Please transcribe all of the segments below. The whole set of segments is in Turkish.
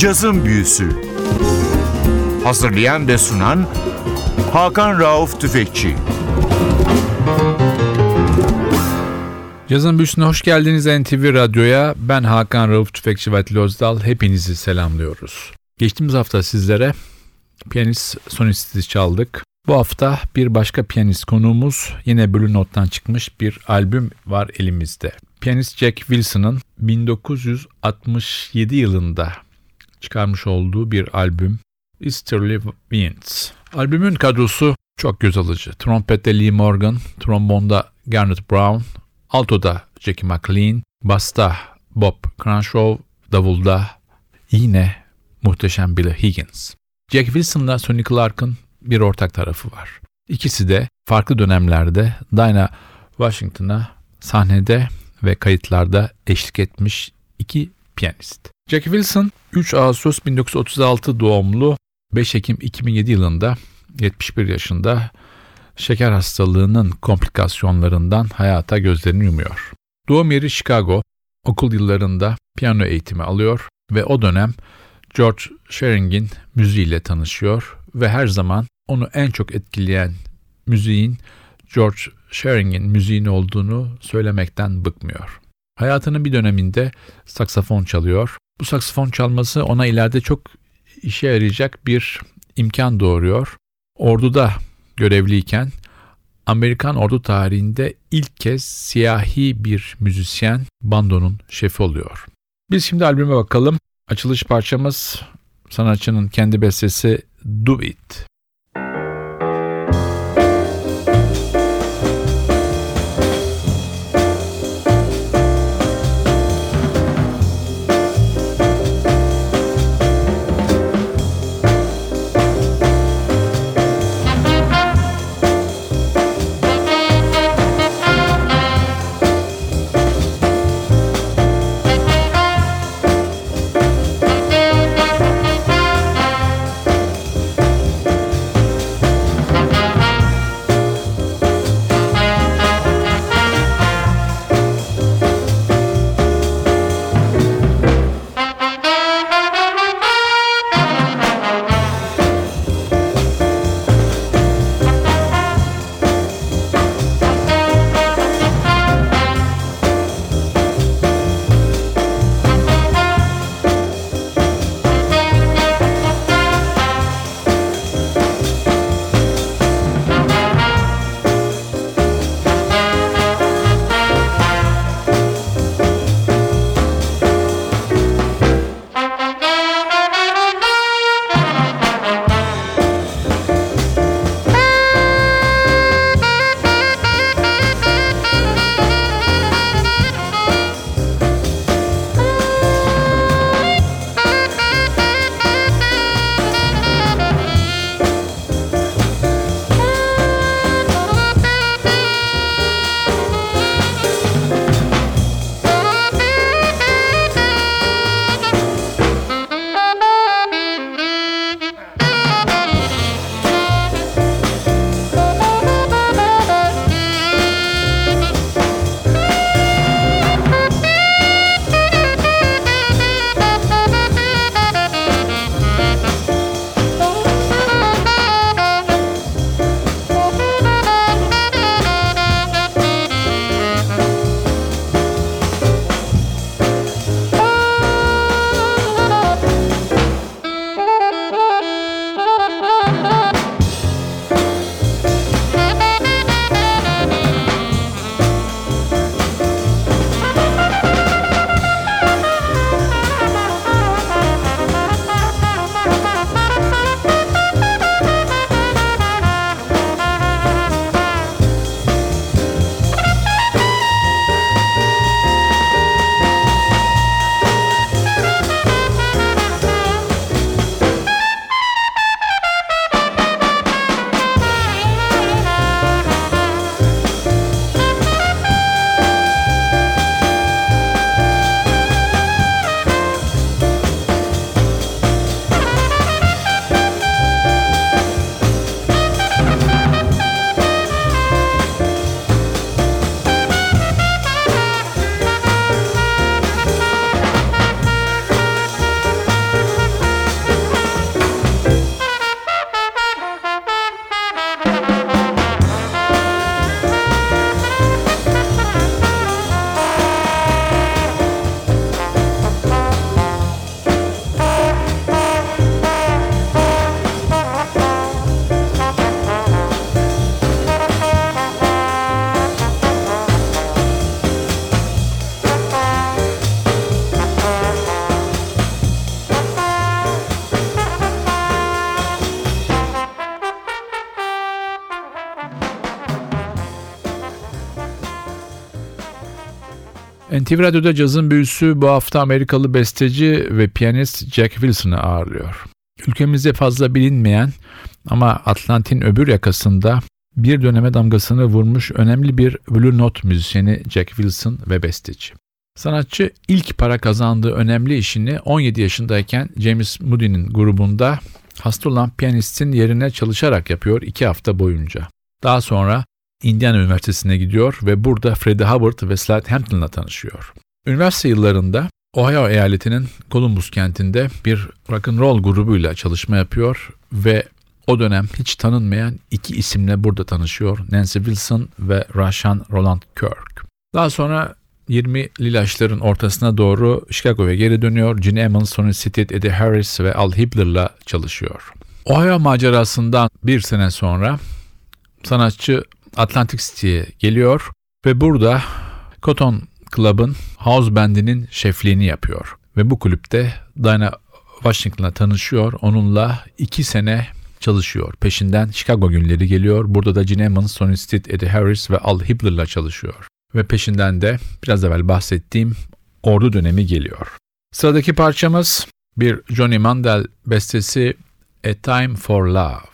Cazın Büyüsü. Hazırlayan ve sunan Hakan Rauf Tüfekçi. Cazın Büyüsü'ne hoş geldiniz NTV Radyo'ya. Ben Hakan Rauf Tüfekçi ve Atilla Özdal. Hepinizi selamlıyoruz. Geçtiğimiz hafta sizlere piyanist Sonist'i çaldık. Bu hafta bir başka piyanist konuğumuz, yine Blue Note'dan çıkmış bir albüm var elimizde. Piyanist Jack Wilson'ın 1967 yılında çıkarmış olduğu bir albüm Easterly Winds. Albümün kadrosu çok göz alıcı. Trompette Lee Morgan, trombonda Garnet Brown, altoda Jackie McLean, basta Bob Crenshaw, davulda yine muhteşem Billy Higgins. Jack Wilson'la Sonny Clark'ın bir ortak tarafı var. İkisi de farklı dönemlerde Dinah Washington'a sahnede ve kayıtlarda eşlik etmiş iki piyanist. Jack Wilson 3 Ağustos 1936 doğumlu, 5 Ekim 2007 yılında 71 yaşında şeker hastalığının komplikasyonlarından hayata gözlerini yumuyor. Doğum yeri Chicago, okul yıllarında piyano eğitimi alıyor ve o dönem George Shering'in müziğiyle tanışıyor ve her zaman onu en çok etkileyen müziğin George Shering'in müziğin olduğunu söylemekten bıkmıyor. Hayatının bir döneminde saksafon çalıyor. Bu saksafon çalması ona ileride çok işe yarayacak bir imkan doğuruyor. Orduda görevliyken Amerikan ordu tarihinde ilk kez siyahi bir müzisyen bandonun şefi oluyor. Biz şimdi albüme bakalım. Açılış parçamız sanatçının kendi bestesi Do It. NTV Radyo'da cazın büyüsü bu hafta Amerikalı besteci ve piyanist Jack Wilson'ı ağırlıyor. Ülkemizde fazla bilinmeyen ama Atlantin öbür yakasında bir döneme damgasını vurmuş önemli bir Blue Note müzisyeni Jack Wilson ve besteci. Sanatçı ilk para kazandığı önemli işini 17 yaşındayken James Moody'nin grubunda hasta olan piyanistin yerine çalışarak yapıyor 2 hafta boyunca. Daha sonra Indiana Üniversitesi'ne gidiyor ve burada Freddie Hubbard ve Slade Hampton'la tanışıyor. Üniversite yıllarında Ohio eyaletinin Columbus kentinde bir rock'n'roll grubuyla çalışma yapıyor ve o dönem hiç tanınmayan 2 isimle burada tanışıyor. Nancy Wilson ve Rashaan Roland Kirk. Daha sonra 20'li yaşların ortasına doğru Chicago'ya geri dönüyor. Gene Ammons, Sonny Stitt, Eddie Harris ve Al Hibbler'la çalışıyor. Ohio macerasından bir sene sonra sanatçı Atlantic City'ye geliyor ve burada Cotton Club'ın House Band'inin şefliğini yapıyor. Ve bu kulüpte Dinah Washington'la tanışıyor. Onunla 2 sene çalışıyor. Peşinden Chicago günleri geliyor. Burada da Gene Ammons, Sonny Stitt, Eddie Harris ve Al Hibbler'la çalışıyor. Ve peşinden de biraz evvel bahsettiğim ordu dönemi geliyor. Sıradaki parçamız bir Johnny Mandel bestesi A Time for Love.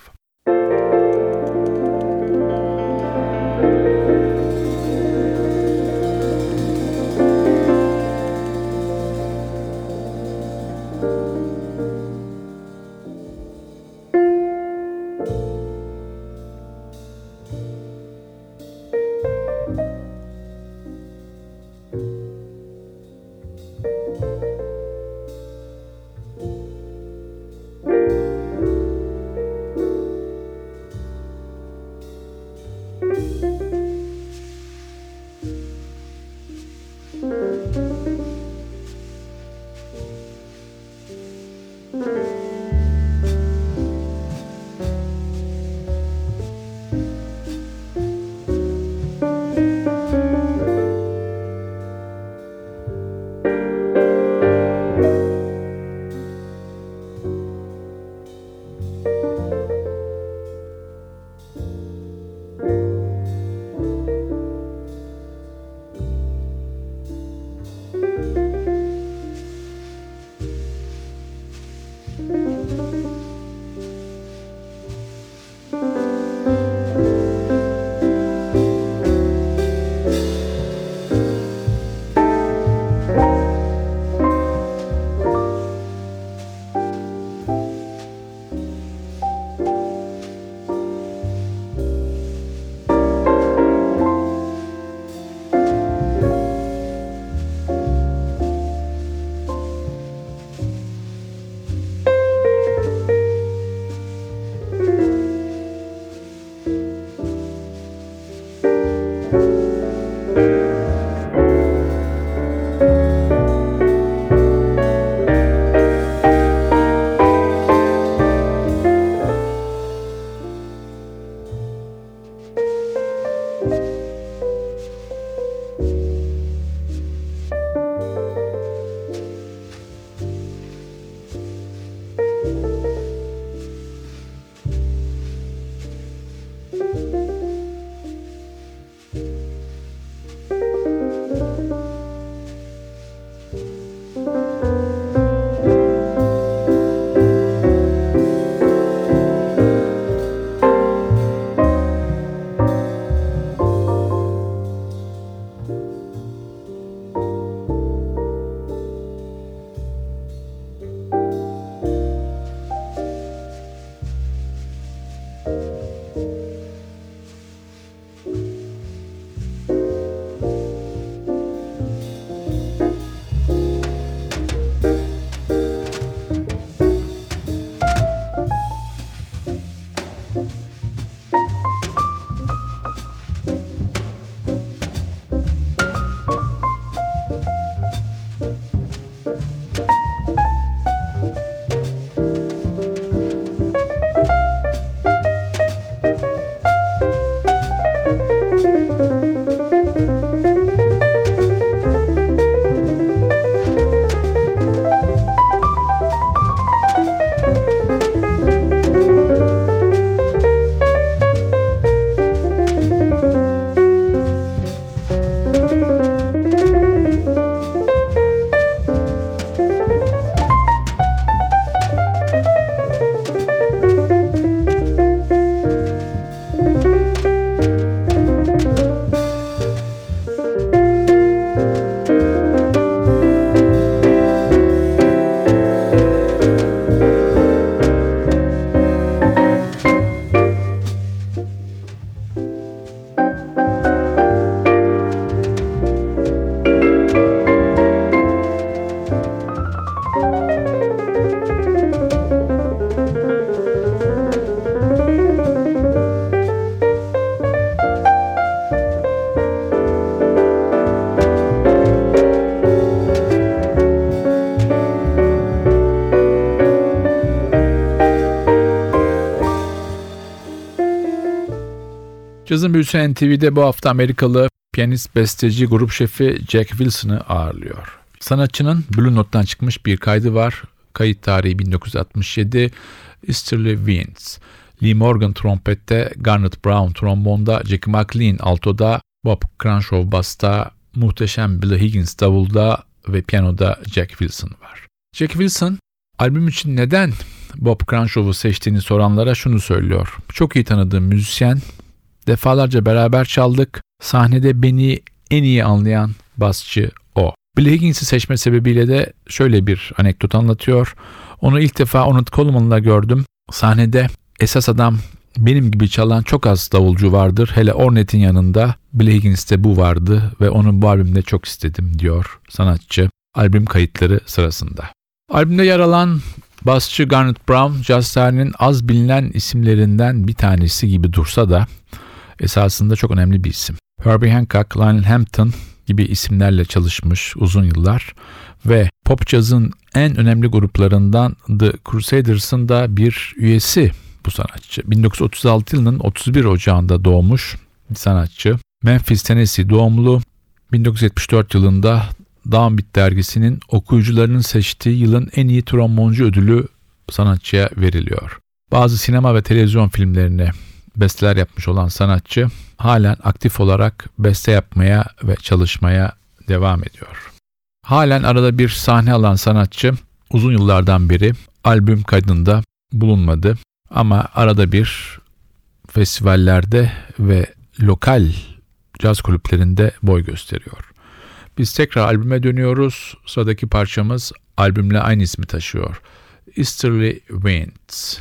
Cazın büyüsü NTV'de bu hafta Amerikalı piyanist, besteci, grup şefi Jack Wilson'ı ağırlıyor. Sanatçının Blue Note'dan çıkmış bir kaydı var. Kayıt tarihi 1967. Easterly Winds. Lee Morgan trompette, Garnet Brown trombonda, Jackie McLean altoda, Bob Cranshaw basta, muhteşem Billy Higgins davulda ve piyanoda Jack Wilson var. Jack Wilson, albüm için neden Bob Cranshaw'u seçtiğini soranlara şunu söylüyor. Çok iyi tanıdığım müzisyen, defalarca beraber çaldık, sahnede beni en iyi anlayan basçı o. Billy Higgins'i seçme sebebiyle de şöyle bir anekdot anlatıyor. Onu ilk defa Ornette Coleman'la gördüm. Sahnede esas adam benim gibi çalan çok az davulcu vardır. Hele Ornette'in yanında Billy Higgins'te bu vardı ve onu bu albümde çok istedim diyor sanatçı albüm kayıtları sırasında. Albümde yer alan basçı Garnet Brown, caz tarihinin az bilinen isimlerinden bir tanesi gibi dursa da esasında çok önemli bir isim. Herbie Hancock, Lionel Hampton gibi isimlerle çalışmış uzun yıllar ve pop cazın en önemli gruplarından The Crusaders'ın da bir üyesi bu sanatçı. 1936 yılının 31 Ocağı'nda doğmuş bir sanatçı. Memphis, Tennessee doğumlu. 1974 yılında Downbeat dergisinin okuyucularının seçtiği yılın en iyi tromboncu ödülü sanatçıya veriliyor. Bazı sinema ve televizyon filmlerine besteler yapmış olan sanatçı halen aktif olarak beste yapmaya ve çalışmaya devam ediyor. Halen arada bir sahne alan sanatçı uzun yıllardan beri albüm kaydında bulunmadı ama arada bir festivallerde ve lokal caz kulüplerinde boy gösteriyor. Biz tekrar albüme dönüyoruz. Sıradaki parçamız albümle aynı ismi taşıyor. Easterly Winds.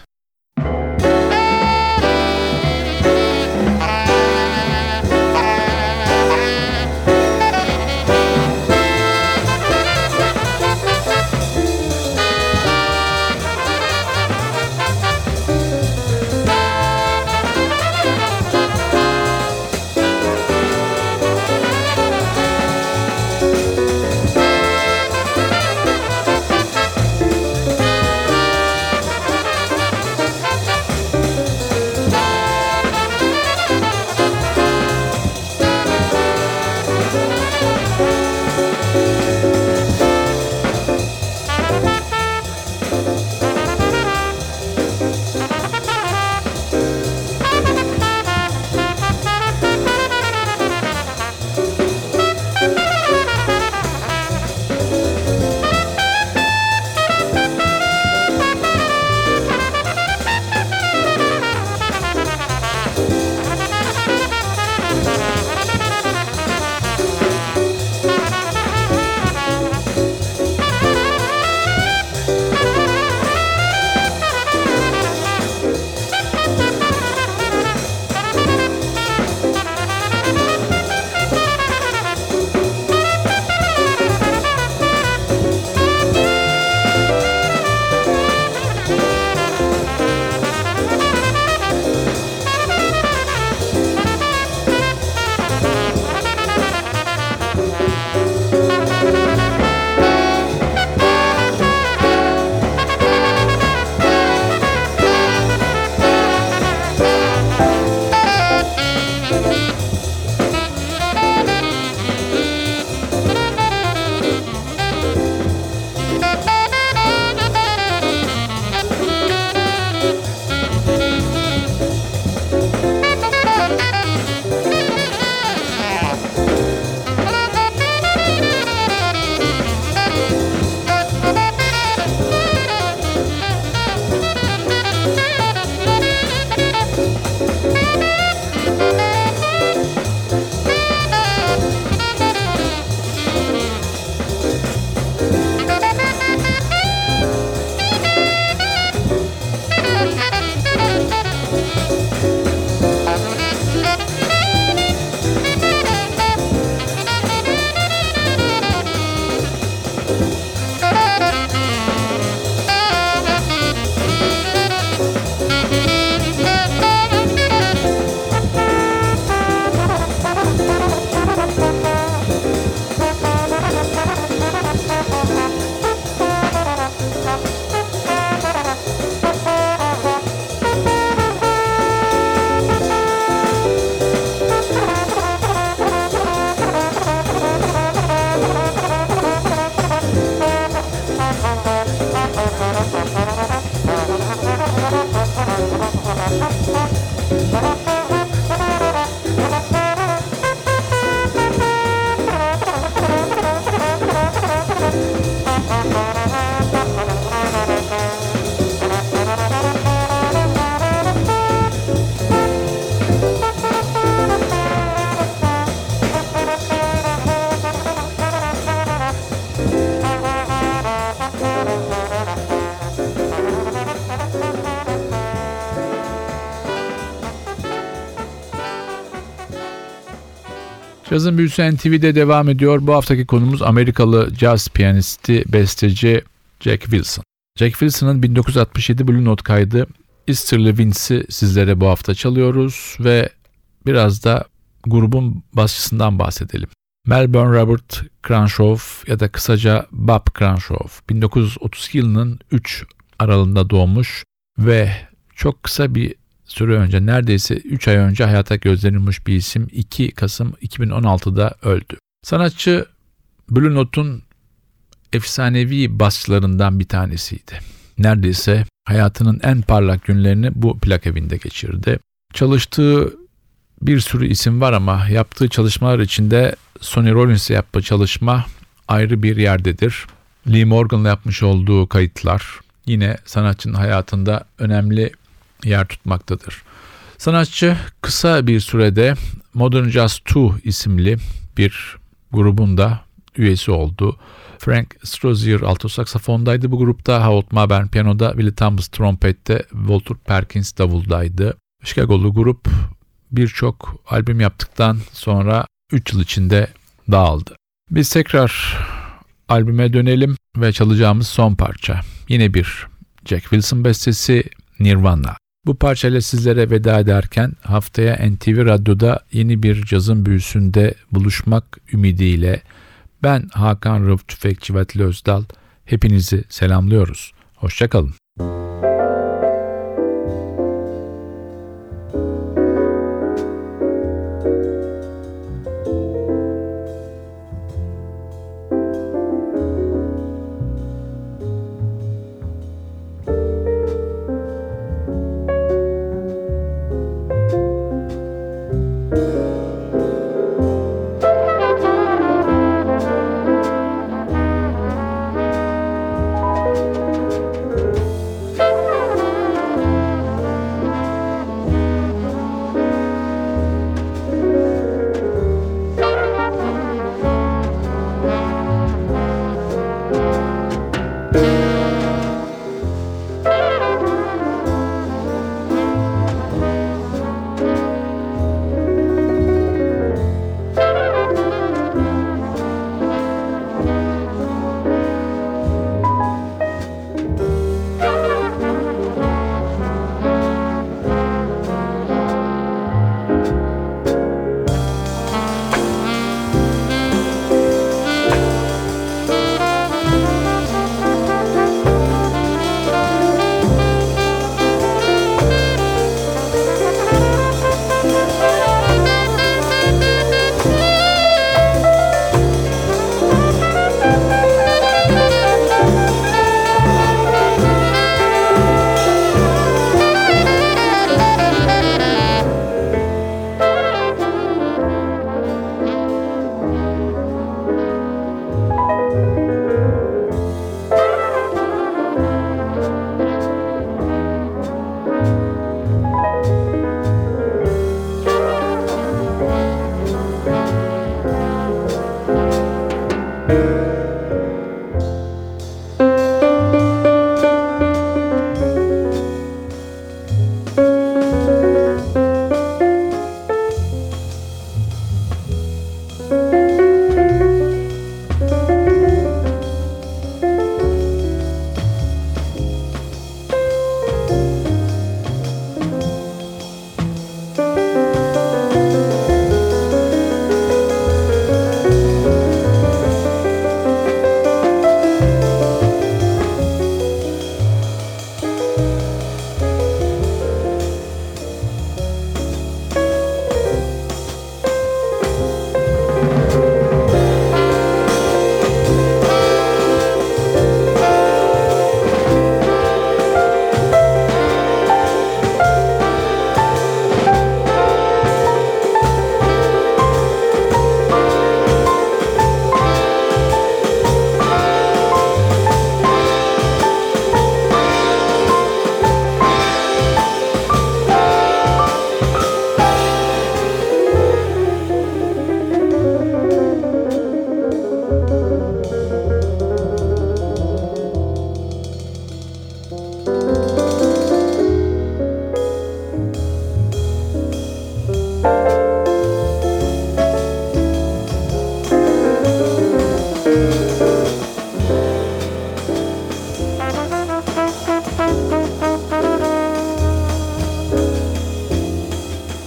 Cazın Büyüsü NTV'de devam ediyor. Bu haftaki konumuz Amerikalı caz piyanisti, besteci Jack Wilson. Jack Wilson'ın 1967 Blue Note kaydı Easterly Winds'i sizlere bu hafta çalıyoruz ve biraz da grubun basçısından bahsedelim. Melbourne Robert Crenshaw ya da kısaca Bob Crenshaw 1932 yılının 3 aralığında doğmuş ve çok kısa bir süre önce, neredeyse 3 ay önce hayata gözden yummuş bir isim. 2 Kasım 2016'da öldü. Sanatçı Blue Note'un efsanevi basçılarından bir tanesiydi. Neredeyse hayatının en parlak günlerini bu plak evinde geçirdi. Çalıştığı bir sürü isim var ama yaptığı çalışmalar içinde Sonny Rollins'e yaptığı çalışma ayrı bir yerdedir. Lee Morgan'la yapmış olduğu kayıtlar yine sanatçının hayatında önemli yer tutmaktadır. Sanatçı kısa bir sürede Modern Jazz 2 isimli bir grubun da üyesi oldu. Frank Strozier alto saksafondaydı bu grupta, Harold Mabern piyanoda, Willie Thomas trompette, Walter Perkins davuldaydı. Chicago'lu grup birçok albüm yaptıktan sonra 3 yıl içinde dağıldı. Biz tekrar albüme dönelim ve çalacağımız son parça yine bir Jack Wilson bestesi, Nirvana. Bu parçayla sizlere veda ederken haftaya NTV Radyo'da yeni bir cazın büyüsünde buluşmak ümidiyle ben Hakan Rauf Tüfekçi ve Atilla Özdal hepinizi selamlıyoruz. Hoşça kalın.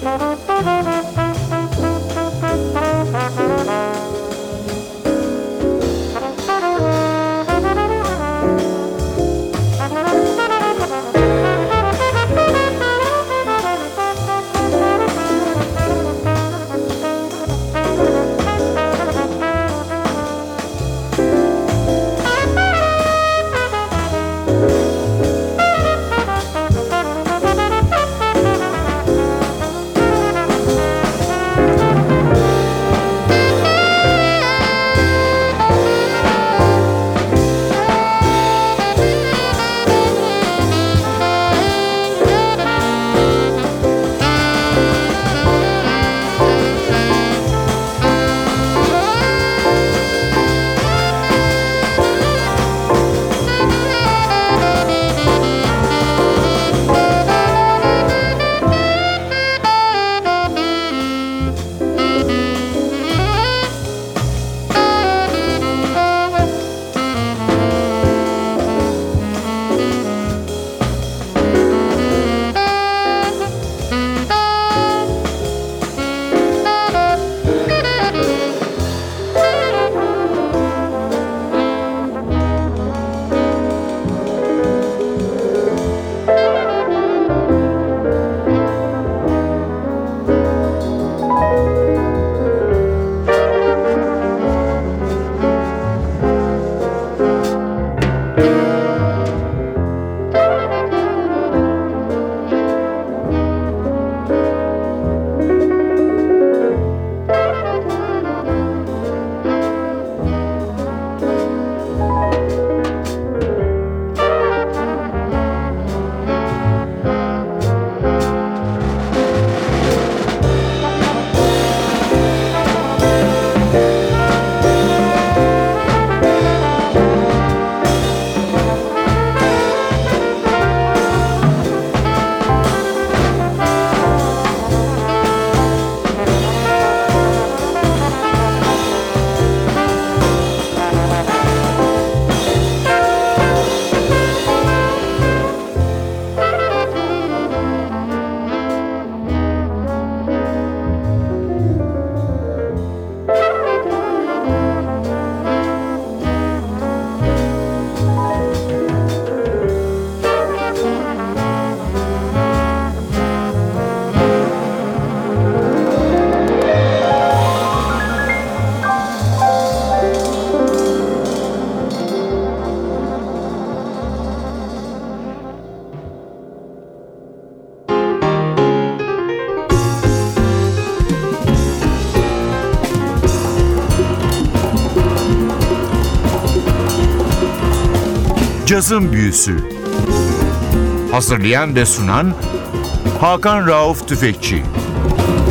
Cazın Büyüsü. Hazırlayan ve sunan Hakan Rauf Tüfekçi.